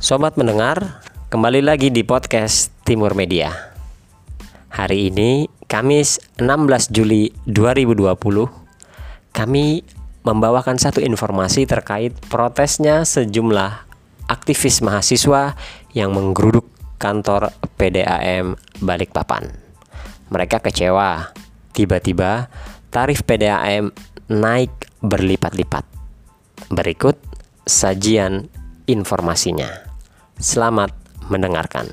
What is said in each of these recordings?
Sobat mendengar, kembali lagi di podcast Timur Media. Hari ini, Kamis 16 Juli 2020, kami membawakan satu informasi terkait protesnya sejumlah aktivis mahasiswa yang menggeruduk kantor PDAM Balikpapan. Mereka kecewa, tiba-tiba tarif PDAM naik berlipat-lipat. Berikut sajian informasinya. Selamat mendengarkan.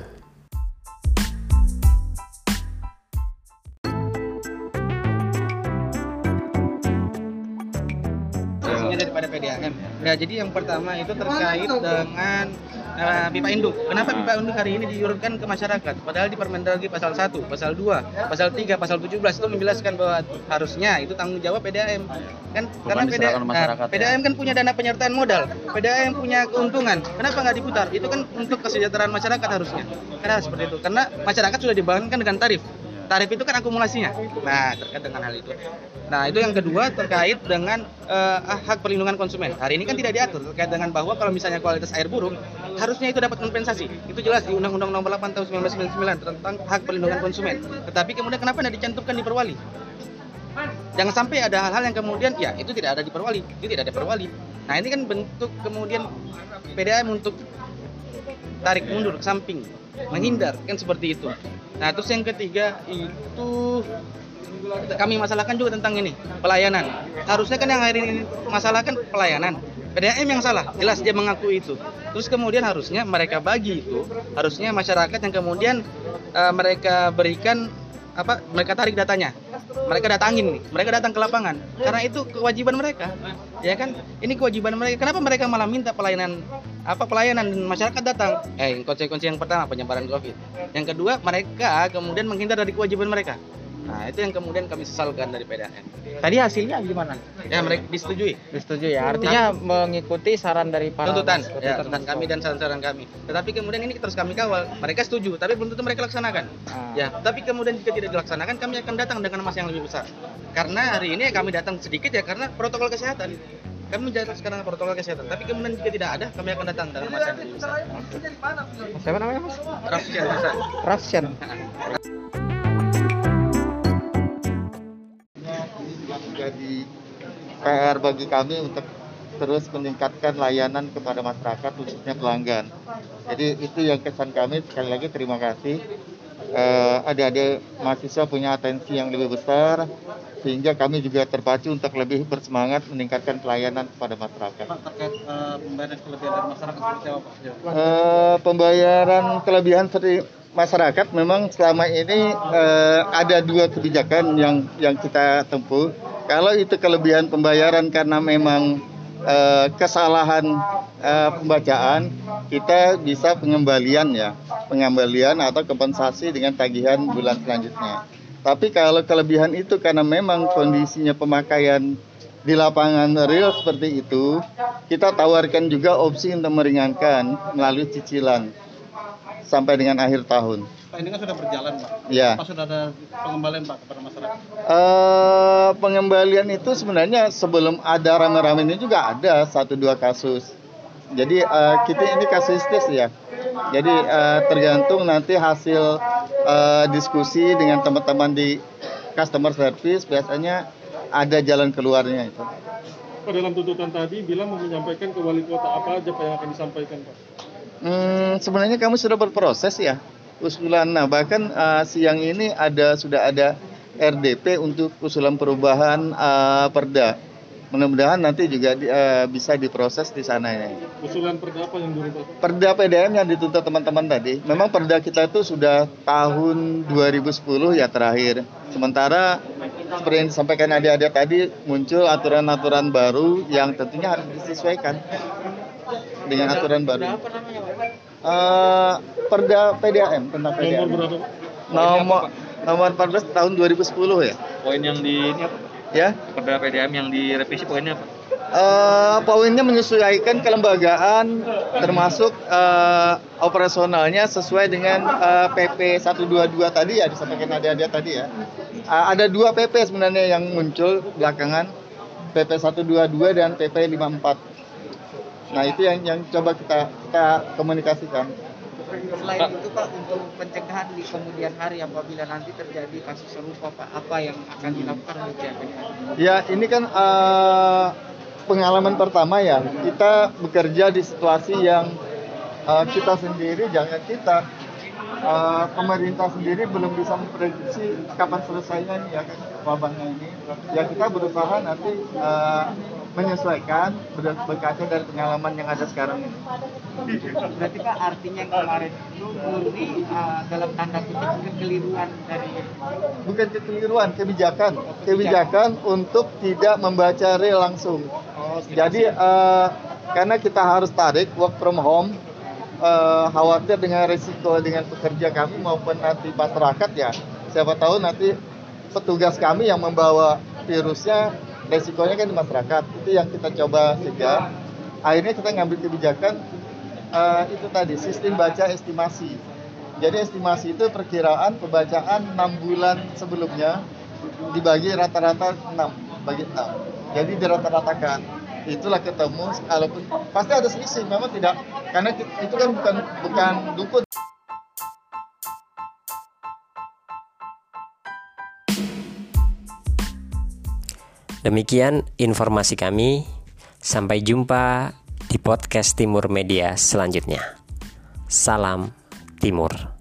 Daripada PDAM. Nah, jadi yang pertama itu terkait dengan pipa induk. Kenapa pipa induk hari ini diurutkan ke masyarakat? Padahal di Permendagri pasal 1, pasal 2, pasal 3, pasal 17 itu menjelaskan bahwa harusnya itu tanggung jawab PDAM. Kan karena PDAM kan punya dana penyertaan modal. PDAM punya keuntungan. Kenapa nggak diputar? Itu kan untuk kesejahteraan masyarakat harusnya. Karena seperti itu. Karena masyarakat sudah dibangunkan dengan tarif. Tarif itu kan akumulasinya. Nah, terkait dengan hal itu. Nah, itu yang kedua terkait dengan hak perlindungan konsumen. Hari ini kan tidak diatur terkait dengan bahwa kalau misalnya kualitas air buruk, harusnya itu dapat kompensasi. Itu jelas di Undang-Undang Nomor 8 Tahun 1999 tentang hak perlindungan konsumen. Tetapi kemudian kenapa tidak dicantumkan di Perwali? Jangan sampai ada hal-hal yang kemudian ya itu tidak ada di Perwali, itu tidak ada Perwali. Nah, ini kan bentuk kemudian PDAM untuk tarik mundur ke samping, menghindar kan seperti itu. Nah, terus yang ketiga itu kami masalahkan juga tentang ini, pelayanan. Harusnya kan yang hari ini masalahkan pelayanan. PDAM yang salah, jelas dia mengaku itu. Terus kemudian harusnya mereka bagi itu, harusnya masyarakat yang kemudian mereka berikan mereka tarik datanya. Mereka datangin nih, mereka datang ke lapangan. Karena itu kewajiban mereka. Ya kan? Ini kewajiban mereka. Kenapa mereka malah minta pelayanan dan masyarakat datang? Konsekuensi yang pertama penyebaran Covid. Yang kedua, mereka kemudian menghindar dari kewajiban mereka. Nah, itu yang kemudian kami sesalkan dari PDAM. Tadi hasilnya gimana? Ya, mereka disetujui. Disetujui ya. Artinya mengikuti saran dari para tuntutan kami dan saran-saran kami. Tetapi kemudian ini terus kami kawal. Mereka setuju, tapi belum tentu mereka laksanakan. Ya, tapi kemudian jika tidak dilaksanakan, kami akan datang dengan massa yang lebih besar. Karena hari ini kami datang sedikit ya karena protokol kesehatan. Kami menjalankan sekarang protokol kesehatan. Tapi kemudian jika tidak ada, kami akan datang dengan massa yang lebih besar. Siapa namanya, Mas? Rafsian. Jadi PR bagi kami untuk terus meningkatkan layanan kepada masyarakat khususnya pelanggan. Jadi itu yang kesan kami. Sekali lagi terima kasih. Adik-adik mahasiswa punya atensi yang lebih besar sehingga kami juga terpacu untuk lebih bersemangat meningkatkan pelayanan kepada masyarakat. Pak, terkait pembayaran kelebihan dari masyarakat seperti apa, Pak? Pembayaran kelebihan seperti masyarakat memang selama ini ada dua kebijakan yang kita tempuh. Kalau itu kelebihan pembayaran karena memang kesalahan pembacaan, kita bisa pengembalian atau kompensasi dengan tagihan bulan selanjutnya. Tapi kalau kelebihan itu karena memang kondisinya pemakaian di lapangan real seperti itu, kita tawarkan juga opsi untuk meringankan melalui cicilan sampai dengan akhir tahun. Pak, ini kan sudah berjalan, Pak. Ya. Apa sudah ada pengembalian, Pak, kepada masyarakat? Pengembalian itu sebenarnya sebelum ada rame-rame ini juga ada 1-2 kasus. Jadi kita ini kasuistis ya. Jadi tergantung nanti hasil diskusi dengan teman-teman di customer service, biasanya ada jalan keluarnya itu. Pak, dalam tuntutan tadi bilang mau menyampaikan ke wali kota, apa aja Pak yang akan disampaikan, Pak? Sebenarnya kami sudah berproses ya usulan. Nah, bahkan siang ini sudah ada RDP untuk usulan perubahan Perda. Mudah-mudahan nanti juga bisa diproses di sana ya. Usulan Perda apa yang dulu, Pak? Perda PDAM yang dituntut teman-teman tadi. Memang Perda kita itu sudah tahun 2010 ya terakhir. Sementara seperti yang disampaikan adik-adik tadi, muncul aturan-aturan baru yang tentunya harus disesuaikan dengan aturan baru. Perda PDAM tentang PDAM. Nomor berapa, Pak? Nomor 14 tahun 2010 ya. Poin yang di ini apa? Ya. Perda PDAM yang direvisi poinnya apa? Poinnya menyesuaikan kelembagaan termasuk operasionalnya sesuai dengan PP 122 tadi ya, disampaikan adik-adik tadi ya. Ada 2 PP sebenarnya yang muncul belakangan, PP 122 dan PP 54. Nah itu yang coba kita komunikasikan. Selain itu Pak, untuk pencegahan di kemudian hari apabila nanti terjadi kasus serupa Pak, apa yang akan dilakukan oleh pihak PDAM? Ya ini kan pengalaman pertama ya, kita bekerja di situasi yang kita sendiri, pemerintah sendiri belum bisa memprediksi kapan selesainya nih ya kan wabahnya ini. Ya kita berusaha nanti menyesuaikan berkaca dari pengalaman yang ada sekarang ini. Berarti Pak, artinya kemarin itu murni dalam tanda kutip kekeliruan dari... Bukan kekeliruan, kebijakan untuk tidak membaca real langsung. Jadi karena kita harus tarik work from home, khawatir dengan resiko dengan pekerja kami maupun nanti masyarakat ya. Siapa tahu nanti petugas kami yang membawa virusnya, resikonya kan di masyarakat. Itu yang kita coba cegah. Akhirnya kita ngambil kebijakan itu tadi, sistem baca estimasi. Jadi estimasi itu perkiraan pembacaan 6 bulan sebelumnya dibagi rata-rata 6 bagi 6. Jadi dirata-ratakan. Itulah ketemu, walaupun pasti ada selisih, memang tidak, karena itu kan bukan dukun. Demikian informasi kami. Sampai jumpa di podcast Timur Media selanjutnya. Salam Timur.